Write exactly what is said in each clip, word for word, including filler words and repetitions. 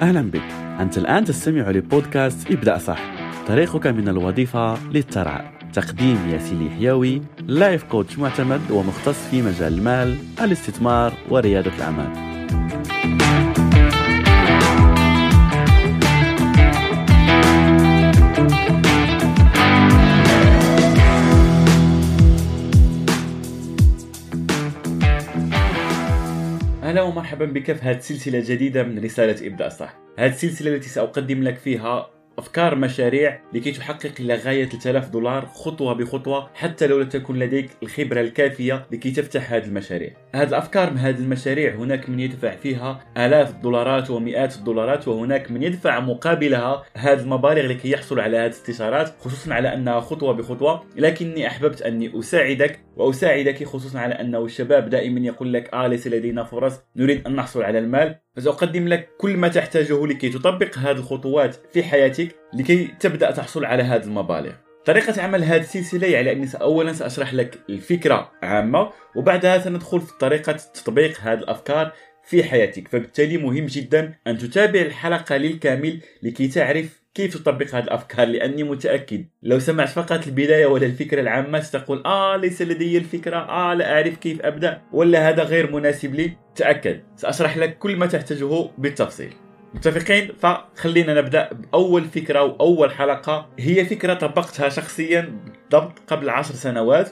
أهلا بك. أنت الآن تستمع لبودكاست ابدأ صح، طريقك من الوظيفة للثراء. تقديم ياسين الحيوي، لايف كوتش معتمد ومختص في مجال المال، الاستثمار وريادة الأعمال. أهلا ومرحبا بك في هذه السلسلة الجديدة من رسالة ابدأ صح. هذه السلسلة التي سأقدم لك فيها أفكار مشاريع لكي تحقق إلى غاية ثلاثة آلاف دولار خطوة بخطوة، حتى لو لم تكن لديك الخبرة الكافية لكي تفتح هذه المشاريع. هذه الأفكار من هذه المشاريع هناك من يدفع فيها آلاف الدولارات ومئات الدولارات، وهناك من يدفع مقابلها هذه المبالغ لكي يحصل على هذه الاستشارات، خصوصا على أنها خطوة بخطوة. لكني أحببت أني أساعدك وأساعدك خصوصا على أنه الشباب دائما يقول لك آه ليس لدينا فرص، نريد أن نحصل على المال. فسأقدم لك كل ما تحتاجه لكي تطبق هذه الخطوات في حياتك لكي تبدأ تحصل على هذه المبالغ. طريقة عمل هذه السلسلة يعني أني أولا سأشرح لك الفكرة عامة، وبعدها سندخل في طريقة تطبيق هذه الأفكار في حياتك. فبالتالي مهم جدا أن تتابع الحلقة للكامل لكي تعرف كيف تطبق هذه الأفكار، لأني متأكد لو سمعت فقط البداية ولا الفكرة العامة ستقول آه ليس لدي الفكرة، آه لا أعرف كيف أبدأ، ولا هذا غير مناسب لي. تأكد سأشرح لك كل ما تحتاجه بالتفصيل. متفقين؟ فخلينا نبدأ بأول فكرة وأول حلقة. هي فكرة طبقتها شخصيا بالضبط قبل عشر سنوات،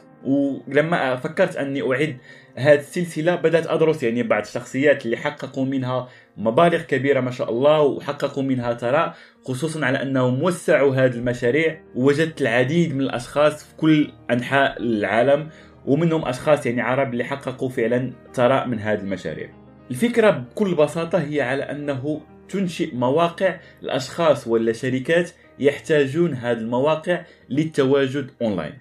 ولما فكرت أني أعد هذه السلسلة بدأت أدرس يعني بعض الشخصيات اللي حققوا منها مبالغ كبيرة ما شاء الله، وحققوا منها ثراء، خصوصا على أنهم وسعوا هذه المشاريع. ووجدت العديد من الأشخاص في كل أنحاء العالم، ومنهم أشخاص يعني عرب اللي حققوا فعلا ثراء من هذه المشاريع. الفكرة بكل بساطة هي على أنه تنشئ مواقع الأشخاص ولا شركات يحتاجون هذه المواقع للتواجد أونلاين.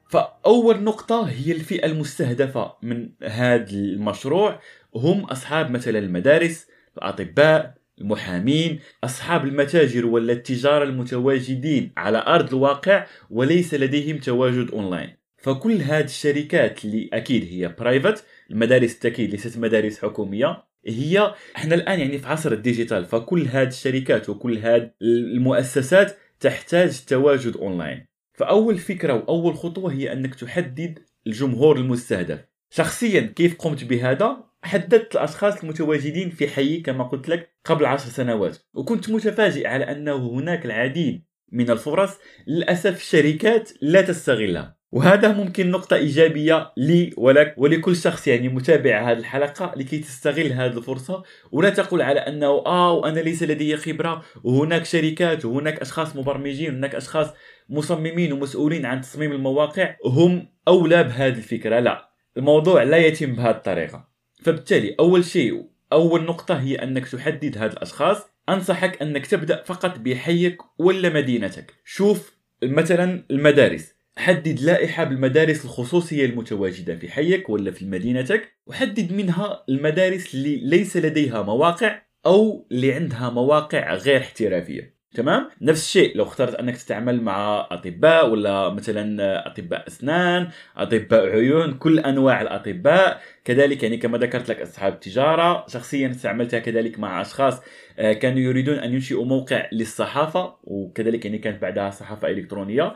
فأول نقطة هي الفئة المستهدفة من هذا المشروع، هم أصحاب مثلا المدارس، الأطباء، المحامين، أصحاب المتاجر ولا التجارة المتواجدين على أرض الواقع وليس لديهم تواجد أونلاين. فكل هذه الشركات اللي أكيد هي برايفت، المدارس التأكيد ليست مدارس حكومية، هي احنا الآن يعني في عصر الديجيتال، فكل هذه الشركات وكل هذه المؤسسات تحتاج تواجد أونلاين. فأول فكرة وأول خطوة هي أنك تحدد الجمهور المستهدف. شخصيا كيف قمت بهذا؟ حددت الأشخاص المتواجدين في حيي كما قلت لك قبل عشر سنوات، وكنت متفاجئ على أنه هناك العديد من الفرص للأسف الشركات لا تستغلها. وهذا ممكن نقطة إيجابية لي ولك ولكل شخص يعني متابع هذه الحلقة لكي تستغل هذه الفرصة، ولا تقول على أنه آه وأنا ليس لدي خبرة، وهناك شركات وهناك أشخاص مبرمجين وهناك أشخاص مصممين ومسؤولين عن تصميم المواقع هم أولى بهذه الفكرة. لا، الموضوع لا يتم بهذه الطريقة. فبالتالي أول شيء أول نقطة هي أنك تحدد هذه الأشخاص. أنصحك أنك تبدأ فقط بحيك ولا مدينتك. شوف مثلا المدارس، حدد لائحة بالمدارس الخصوصية المتواجدة في حيك ولا في مدينتك، وحدد منها المدارس اللي ليس لديها مواقع أو اللي عندها مواقع غير احترافية. تمام؟ نفس الشيء لو اخترت أنك تتعامل مع أطباء ولا مثلا أطباء أسنان، أطباء عيون، كل أنواع الأطباء. كذلك يعني كما ذكرت لك أصحاب التجارة، شخصيا استعملتها كذلك مع أشخاص كانوا يريدون أن ينشئوا موقع للصحافة، وكذلك يعني كانت بعدها صحافة إلكترونية.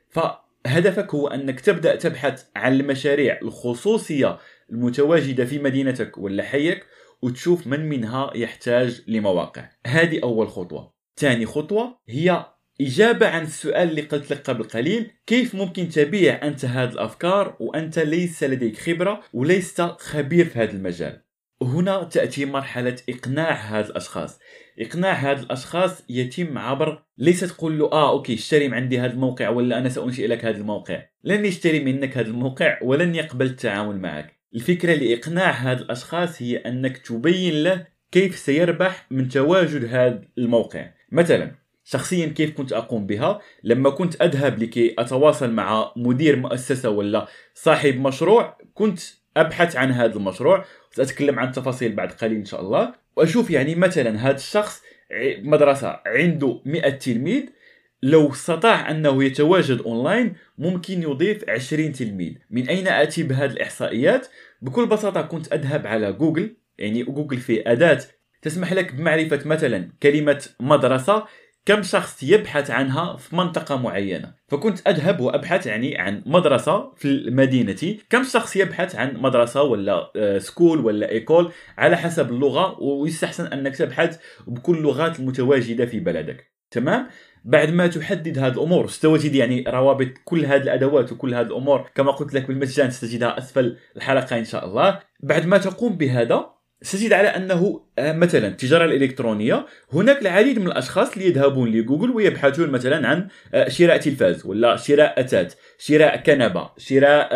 فهدفك هو أنك تبدأ تبحث عن المشاريع الخصوصية المتواجدة في مدينتك ولا حيك، وتشوف من منها يحتاج لمواقع. هذه أول خطوة. ثاني خطوة هي إجابة عن السؤال اللي قلت لك قبل قليل: كيف ممكن تبيع أنت هذه الأفكار وأنت ليس لديك خبرة وليس خبير في هذا المجال؟ هنا تأتي مرحلة إقناع هذه الأشخاص. إقناع هذه الأشخاص يتم عبر ليس تقول له آه أوكي اشتري من عندي هذا الموقع ولا أنا سأنشئ لك هذا الموقع. لن يشتري منك هذا الموقع ولن يقبل التعامل معك. الفكرة لإقناع هذه الأشخاص هي أنك تبين له كيف سيربح من تواجد هذا الموقع. مثلا شخصيا كيف كنت أقوم بها لما كنت أذهب لكي أتواصل مع مدير مؤسسة ولا صاحب مشروع، كنت أبحث عن هذا المشروع، سأتكلم عن التفاصيل بعد قليل إن شاء الله، وأشوف يعني مثلا هذا الشخص مدرسة عنده مئة تلميذ، لو استطاع أنه يتواجد أونلاين ممكن يضيف عشرين تلميذ. من أين أتي بهذه الإحصائيات؟ بكل بساطة كنت أذهب على جوجل، يعني جوجل في أداة تسمح لك بمعرفة مثلا كلمة مدرسة كم شخص يبحث عنها في منطقة معينة. فكنت أذهب وأبحث يعني عن مدرسة في مدينتي، كم شخص يبحث عن مدرسة ولا سكول ولا إيكول على حسب اللغة، ويستحسن أنك تبحث بكل اللغات المتواجدة في بلدك. تمام. بعد ما تحدد هذه الأمور ستجد يعني روابط كل هذه الأدوات وكل هذه الأمور كما قلت لك بالمجان، ستجدها أسفل الحلقة إن شاء الله. بعد ما تقوم بهذا ستجد على أنه مثلا التجارة الإلكترونية، هناك العديد من الأشخاص اللي يذهبون لجوجل ويبحثون مثلا عن شراء تلفاز ولا شراء أثاث، شراء كنبة، شراء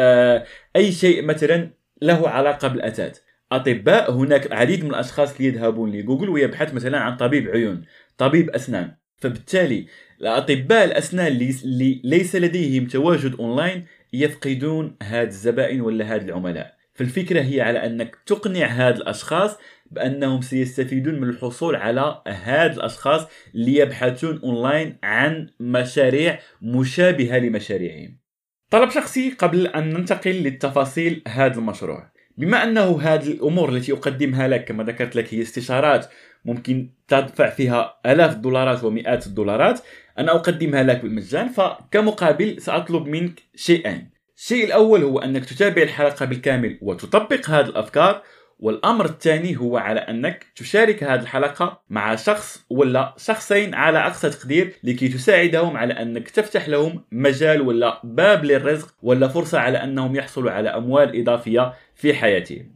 أي شيء مثلا له علاقة بالأثاث. أطباء، هناك العديد من الأشخاص اللي يذهبون لجوجل ويبحث مثلا عن طبيب عيون، طبيب أسنان. فبالتالي الأطباء الأسنان اللي ليس لديهم تواجد أونلاين يفقدون هذه الزبائن ولا هذه العملاء. فالفكرة هي على أنك تقنع هذه الأشخاص بأنهم سيستفيدون من الحصول على هذه الأشخاص اللي يبحثون أونلاين عن مشاريع مشابهة لمشاريعهم. طلب شخصي قبل أن ننتقل للتفاصيل هذا المشروع. بما أنه هذه الأمور التي أقدمها لك كما ذكرت لك هي استشارات ممكن تدفع فيها آلاف الدولارات ومئات الدولارات، أنا أقدمها لك بالمجان. فكمقابل سأطلب منك شيئين. الشيء الأول هو أنك تتابع الحلقة بالكامل وتطبق هذه الأفكار، والأمر الثاني هو على أنك تشارك هذه الحلقة مع شخص ولا شخصين على أقصى تقدير لكي تساعدهم على أنك تفتح لهم مجال ولا باب للرزق ولا فرصة على أنهم يحصلوا على أموال إضافية في حياتهم.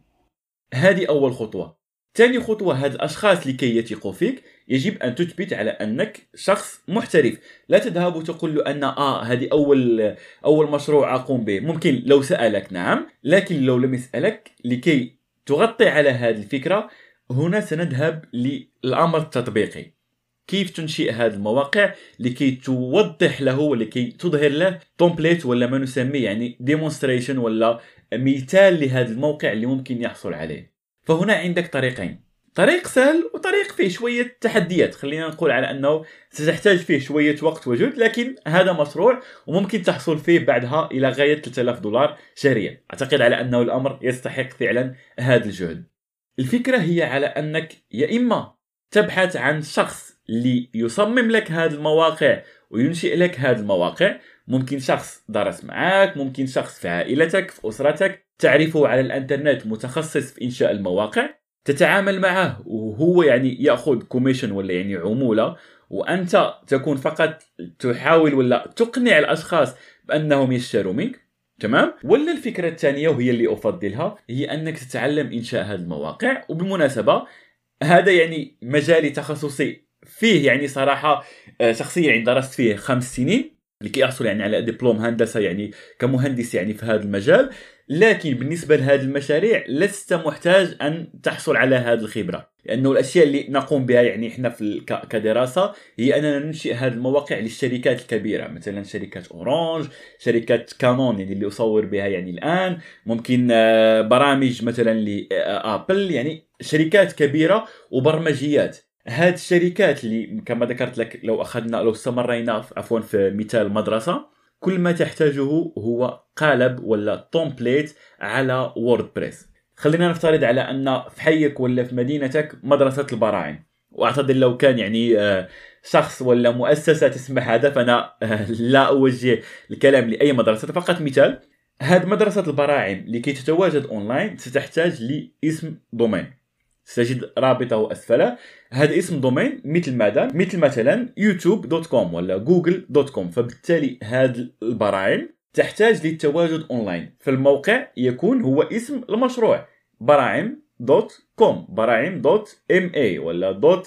هذه أول خطوة. ثاني خطوة، هاد الأشخاص لكي يثقوا فيك يجب أن تثبت على أنك شخص محترف. لا تذهب وتقول له أن آه هذه أول أول مشروع أقوم به. ممكن لو سألك نعم، لكن لو لم يسألك لكي تغطي على هذه الفكرة، هنا سنذهب للأمر التطبيقي. كيف تنشئ هذه المواقع لكي توضح له ولكي تظهر له تومبليت ولا ما نسميه يعني ديمونستريشن ولا مثال لهذا الموقع اللي ممكن يحصل عليه. فهنا عندك طريقين، طريق سهل وطريق فيه شوية تحديات. خلينا نقول على أنه ستحتاج فيه شوية وقت وجهد، لكن هذا مشروع وممكن تحصل فيه بعدها إلى غاية ثلاثة آلاف دولار شهريا. أعتقد على أنه الأمر يستحق فعلا هذا الجهد. الفكرة هي على أنك يا إما تبحث عن شخص اللي يصمم لك هذه المواقع وينشئ لك هذه المواقع. ممكن شخص درس معك، ممكن شخص في عائلتك في أسرتك تعرفه على الانترنت متخصص في إنشاء المواقع، تتعامل معه وهو يعني يأخذ كوميشن ولا يعني عمولة، وأنت تكون فقط تحاول ولا تقنع الأشخاص بأنهم يشتروا منك. تمام. ولا الفكرة الثانية وهي اللي أفضلها هي أنك تتعلم إنشاء هذه المواقع. وبالمناسبة هذا يعني مجالي تخصصي فيه، يعني صراحة شخصيا يعني درست فيه خمس سنين لكي أحصل يعني على دبلوم هندسة يعني كمهندس يعني في هذا المجال. لكن بالنسبة لهذه المشاريع لست محتاج أن تحصل على هذه الخبرة، لأنه الأشياء اللي نقوم بها يعني إحنا في كدراسة هي أننا ننشئ هذه المواقع للشركات الكبيرة، مثلا شركات أورانج، شركات كانون يعني اللي أصور بها يعني الآن، ممكن برامج مثلا لأبل، يعني شركات كبيرة وبرمجيات. هذه الشركات اللي كما ذكرت لك لو أخذنا لو استمرينا عفوا في مثال مدرسة، كل ما تحتاجه هو قالب ولا تومبليت على ووردبريس. خلينا نفترض على أن في حيك ولا في مدينتك مدرسة البراعم، وأعتقد لو كان يعني شخص ولا مؤسسة تسمح هذا، فأنا لا أوجه الكلام لأي مدرسة، فقط مثال. هذه مدرسة البراعم لكي تتواجد أونلاين ستحتاج لاسم دومين، ستجد رابطه أسفله. هذا اسم دومين مثل ماذا؟ مثل مثلا يوتيوب دوت كوم ولا جوجل دوت كوم. فبالتالي هذه البراعم تحتاج للتواجد أونلاين، فالموقع يكون هو اسم المشروع براعم دوت كوم، براعم دوت ام اي ولا دوت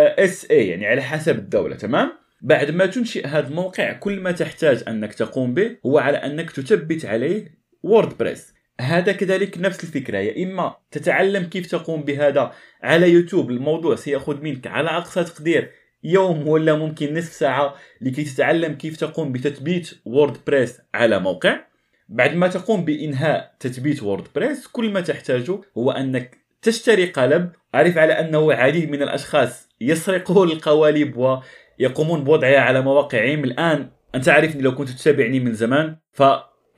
اس اي يعني على حسب الدولة. تمام. بعد ما تنشئ هذا الموقع كل ما تحتاج أنك تقوم به هو على أنك تثبت عليه ووردبريس. هذا كذلك نفس الفكرة، يا إما تتعلم كيف تقوم بهذا على يوتيوب. الموضوع سيأخذ منك على أقصى تقدير يوم ولا ممكن نصف ساعة لكي تتعلم كيف تقوم بتثبيت ووردبريس على موقع. بعد ما تقوم بإنهاء تثبيت ووردبريس كل ما تحتاجه هو أنك تشتري قالب. أعرف على أنه عديد من الأشخاص يسرقون القوالب ويقومون بوضعها على مواقعهم الآن. أنت عارفني لو كنت تتابعني من زمان، ف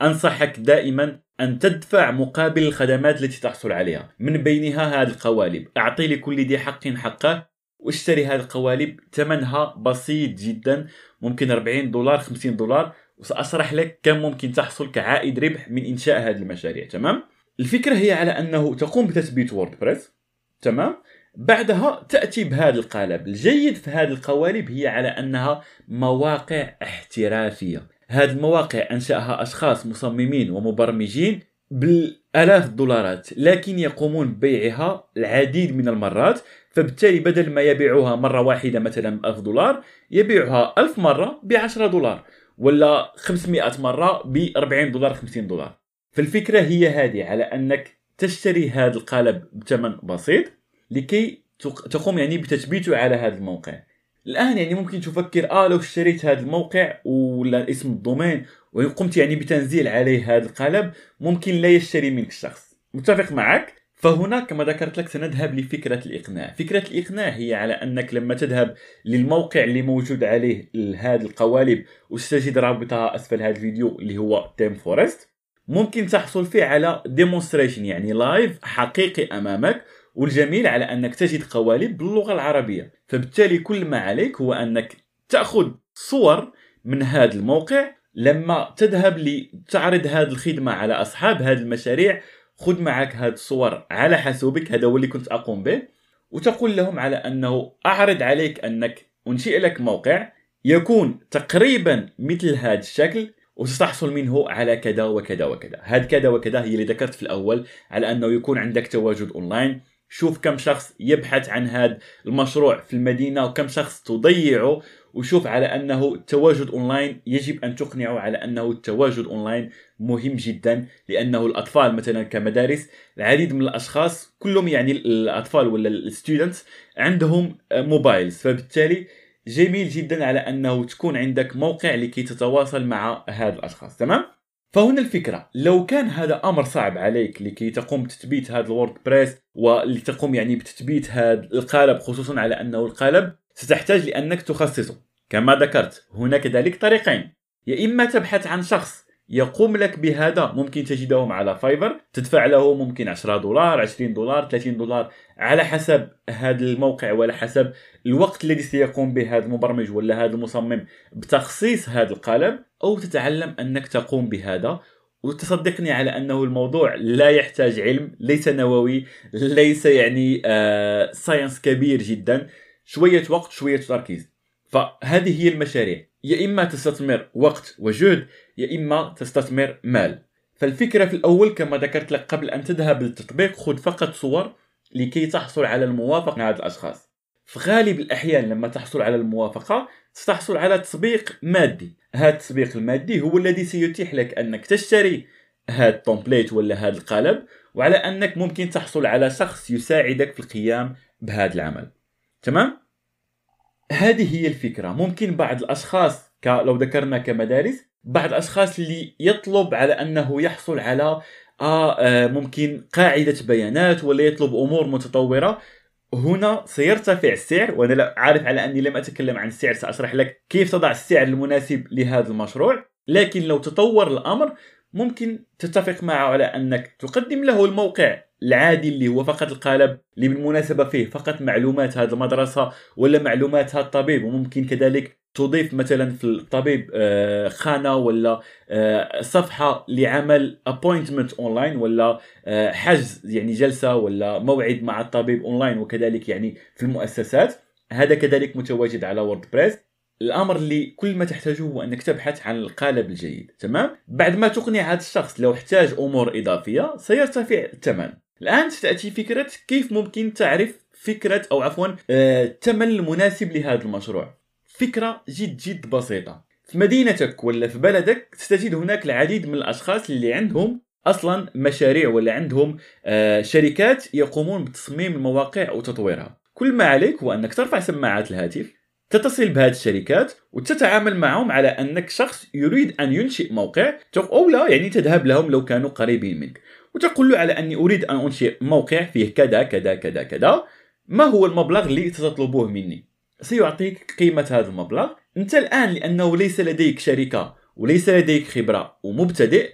أنصحك دائما أن تدفع مقابل الخدمات التي تحصل عليها، من بينها هذه القوالب. أعطي لكل ذي حق حقه واشتري هذه القوالب، ثمنها بسيط جدا، ممكن أربعين دولار خمسين دولار، وسأشرح لك كم ممكن تحصل كعائد ربح من إنشاء هذه المشاريع. تمام؟ الفكرة هي على أنه تقوم بتثبيت ووردبريس، تمام؟ بعدها تأتي بهذا القالب. الجيد في هذه القوالب هي على أنها مواقع احترافية. هذه المواقع أنشأها أشخاص مصممين ومبرمجين بالآلاف الدولارات، لكن يقومون ببيعها العديد من المرات، فبالتالي بدل ما يبيعوها مرة واحدة مثلا بألف دولار، يبيعها ألف مرة بعشرة دولار، ولا خمسمائة مرة بأربعين دولار خمسين دولار. فالفكرة هي هذه، على أنك تشتري هذا القالب بثمن بسيط لكي تقوم يعني بتثبيته على هذا الموقع. الآن يعني ممكن تفكر آه لو اشتريت هذا الموقع ولا اسم الدومين وقمت يعني بتنزيل عليه هذا القالب، ممكن لا يشتري منك الشخص. متفق معك؟ فهنا كما ذكرت لك سنذهب لفكرة الإقناع. فكرة الإقناع هي على أنك لما تذهب للموقع اللي موجود عليه هذه القوالب، وستجد رابطها أسفل هذا الفيديو اللي هو تيم فورست، ممكن تحصل فيه على ديمونستريشن يعني لايف حقيقي أمامك. والجميل على أنك تجد قوالب باللغة العربية، فبالتالي كل ما عليك هو أنك تأخذ صور من هذا الموقع. لما تذهب لتعرض هذه الخدمة على أصحاب هذه المشاريع، خذ معك هذه الصور على حاسوبك، هذا هو اللي كنت أقوم به، وتقول لهم على أنه أعرض عليك أنك أنشئ لك موقع يكون تقريبا مثل هذا الشكل، وستحصل منه على كذا وكذا وكذا. هذا كذا وكذا هي اللي ذكرت في الأول، على أنه يكون عندك تواجد أونلاين. شوف كم شخص يبحث عن هذا المشروع في المدينة وكم شخص تضيعه، وشوف على أنه التواجد أونلاين يجب أن تقنعه على أنه التواجد أونلاين مهم جدا، لأنه الأطفال مثلا كمدارس، العديد من الأشخاص كلهم يعني الأطفال ولا الستودنتس عندهم موبايلز، فبالتالي جميل جدا على أنه تكون عندك موقع لكي تتواصل مع هذا الأشخاص. تمام؟ فهنا الفكرة، لو كان هذا أمر صعب عليك لكي تقوم بتثبيت هذا الووردبريس ولتقوم يعني بتثبيت هذا القالب، خصوصا على أنه القالب ستحتاج لأنك تخصصه كما ذكرت. هنا كذلك طريقين، يا إما تبحث عن شخص يقوم لك بهذا، ممكن تجدهم على فايفر، تدفع له ممكن عشرة دولار عشرين دولار ثلاثين دولار على حسب هذا الموقع وعلى حسب الوقت الذي سيقوم به هذا المبرمج ولا هذا المصمم بتخصيص هذا القالب، أو تتعلم أنك تقوم بهذا. وتصدقني على أنه الموضوع لا يحتاج علم، ليس نووي، ليس يعني آه ساينس كبير جدا، شوية وقت شوية تركيز. فهذه هي المشاريع، يا إما تستثمر وقت وجهد، يا إما تستثمر مال. فالفكرة في الأول كما ذكرت لك قبل أن تذهب للتطبيق، خذ فقط صور لكي تحصل على الموافقة من هذا الأشخاص. في غالب الأحيان لما تحصل على الموافقة ستحصل على تطبيق مادي. هذا التطبيق المادي هو الذي سيتيح لك أنك تشتري هذا التمبليت ولا هذا القالب، وعلى أنك ممكن تحصل على شخص يساعدك في القيام بهذا العمل. تمام؟ هذه هي الفكرة. ممكن بعض الأشخاص لو ذكرنا كمدارس، بعض الأشخاص اللي يطلب على أنه يحصل على آه آه ممكن قاعدة بيانات ولا يطلب أمور متطورة، هنا سيرتفع السعر. وأنا لا عارف على أني لم أتكلم عن السعر، سأشرح لك كيف تضع السعر المناسب لهذا المشروع. لكن لو تطور الأمر ممكن تتفق معه على أنك تقدم له الموقع العادي اللي هو فقط القالب، اللي بالمناسبة فيه فقط معلومات هذه المدرسة ولا معلومات هذا الطبيب، وممكن كذلك تضيف مثلا في الطبيب خانة ولا صفحة لعمل appointment أونلاين ولا حجز يعني جلسة ولا موعد مع الطبيب أونلاين، وكذلك يعني في المؤسسات. هذا كذلك متواجد على ووردبريس. الأمر اللي كل ما تحتاجه هو أنك تبحث عن القالب الجيد. تمام؟ بعد ما تقنع هذا الشخص لو احتاج أمور إضافية سيرتفع الثمن. الآن ستأتي فكرة كيف ممكن تعرف فكرة أو عفوا الثمن المناسب لهذا المشروع. فكرة جد جد بسيطة. في مدينتك ولا في بلدك ستجد هناك العديد من الأشخاص اللي عندهم أصلا مشاريع ولا عندهم شركات يقومون بتصميم المواقع وتطويرها. كل ما عليك هو أنك ترفع سماعات الهاتف، تتصل بهذه الشركات وتتعامل معهم على أنك شخص يريد أن ينشئ موقع، أو لا يعني تذهب لهم لو كانوا قريبين منك وتقول له على أني أريد أن أنشئ موقع فيه كذا كذا كذا كذا، ما هو المبلغ اللي ستطلبوه مني؟ سيعطيك قيمة هذا المبلغ. أنت الآن لأنه ليس لديك شركة وليس لديك خبرة ومبتدئ،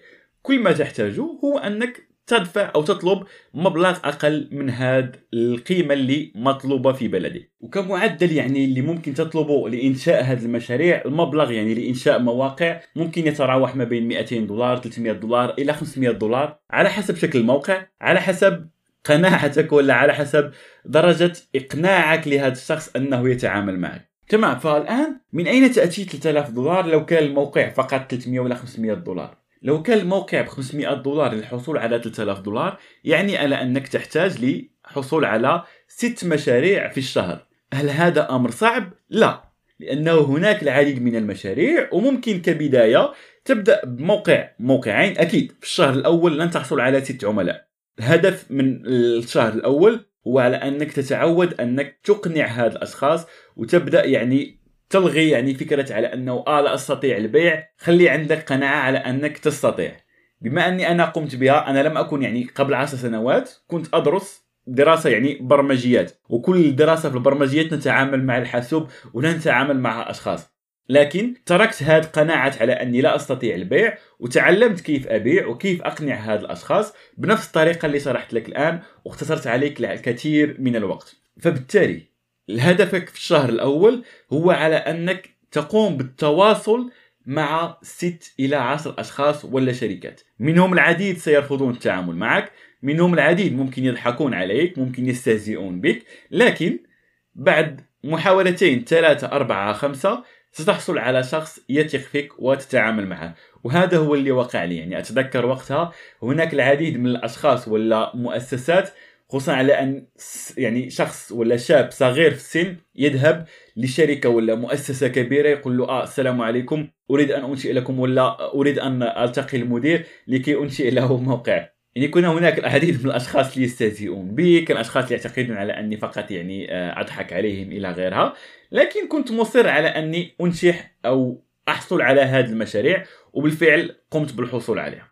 كل ما تحتاجه هو أنك تدفع أو تطلب مبلغ أقل من هذه القيمة اللي مطلوبة في بلدك. وكمعدل يعني اللي ممكن تطلبه لإنشاء هذه المشاريع، المبلغ يعني لإنشاء مواقع ممكن يتراوح ما بين مئتين دولار ثلاثمئة دولار إلى خمسمئة دولار على حسب شكل الموقع، على حسب قناعتك، ولا على حسب درجة إقناعك لهذا الشخص أنه يتعامل معك. تمام. فالآن من أين تأتي ثلاثة آلاف دولار لو كان الموقع فقط ثلاثمئة ولا خمسمئة دولار؟ لو كان الموقع ب خمسمئة دولار للحصول على ثلاثة آلاف دولار، يعني على أنك تحتاج للحصول على ست مشاريع في الشهر. هل هذا أمر صعب؟ لا، لأنه هناك العديد من المشاريع، وممكن كبداية تبدأ بموقع موقعين. أكيد في الشهر الأول لن تحصل على ست عملاء. الهدف من الشهر الأول هو على أنك تتعود أنك تقنع هذا الأشخاص، وتبدأ يعني تلغي يعني فكرة على أنه آه لا أستطيع البيع. خلي عندك قناعة على أنك تستطيع. بما أني أنا قمت بها، أنا لم أكن يعني قبل عشر سنوات كنت أدرس دراسة يعني برمجيات، وكل دراسة في البرمجيات نتعامل مع الحاسوب ولا نتعامل مع أشخاص. لكن تركت هذه قناعة على أني لا أستطيع البيع، وتعلمت كيف أبيع وكيف أقنع هذا الأشخاص بنفس الطريقة اللي شرحت لك الآن، واختصرت عليك الكثير من الوقت. فبالتالي هدفك في الشهر الأول هو على أنك تقوم بالتواصل مع ست إلى عشر أشخاص ولا شركات. منهم العديد سيرفضون التعامل معك، منهم العديد ممكن يضحكون عليك، ممكن يستهزئون بك، لكن بعد محاولتين ثلاثة أربعة خمسة ستحصل على شخص يثق فيك وتتعامل معه. وهذا هو اللي وقع لي. يعني أتذكر وقتها هناك العديد من الأشخاص ولا مؤسسات، خصوصا على أن يعني شخص ولا شاب صغير في السن يذهب لشركة ولا مؤسسة كبيرة يقول له آه السلام عليكم، أريد أن أنشئ لكم ولا أريد أن ألتقي المدير لكي أنشئ له موقع. يعني كنا هناك العديد من الأشخاص اللي يستهزئون بي، كان أشخاص اللي يعتقدون على أني فقط يعني أضحك عليهم إلى غيرها، لكن كنت مصر على أني أنشح أو أحصل على هذه المشاريع، وبالفعل قمت بالحصول عليها.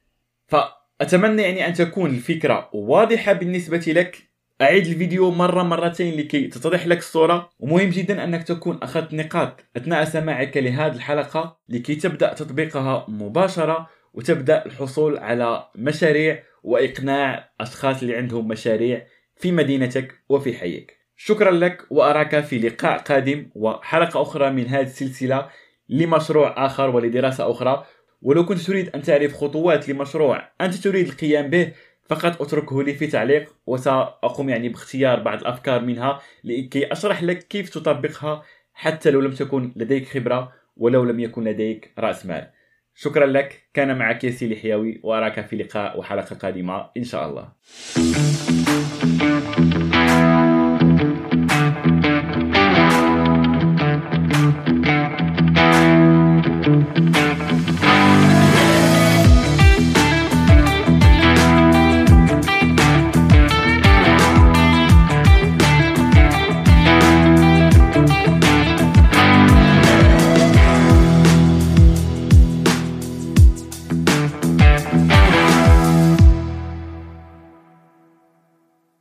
فأتمنى يعني أن تكون الفكرة واضحة بالنسبة لك. أعيد الفيديو مرة مرتين لكي تتضح لك الصورة، ومهم جدا أنك تكون أخذت نقاط أثناء سماعك لهذه الحلقة لكي تبدأ تطبيقها مباشرة، وتبدأ الحصول على مشاريع وإقناع أشخاص اللي عندهم مشاريع في مدينتك وفي حيك. شكرا لك، وأراك في لقاء قادم وحلقة أخرى من هذه السلسلة لمشروع آخر ولدراسة أخرى. ولو كنت تريد أن تعرف خطوات لمشروع أنت تريد القيام به، فقط اتركه لي في تعليق، وسأقوم يعني باختيار بعض الأفكار منها لكي أشرح لك كيف تطبقها حتى لو لم تكن لديك خبرة ولو لم يكن لديك رأس مال. شكرا لك، كان معك ياسين الحيوي، وأراك في لقاء وحلقة قادمة إن شاء الله.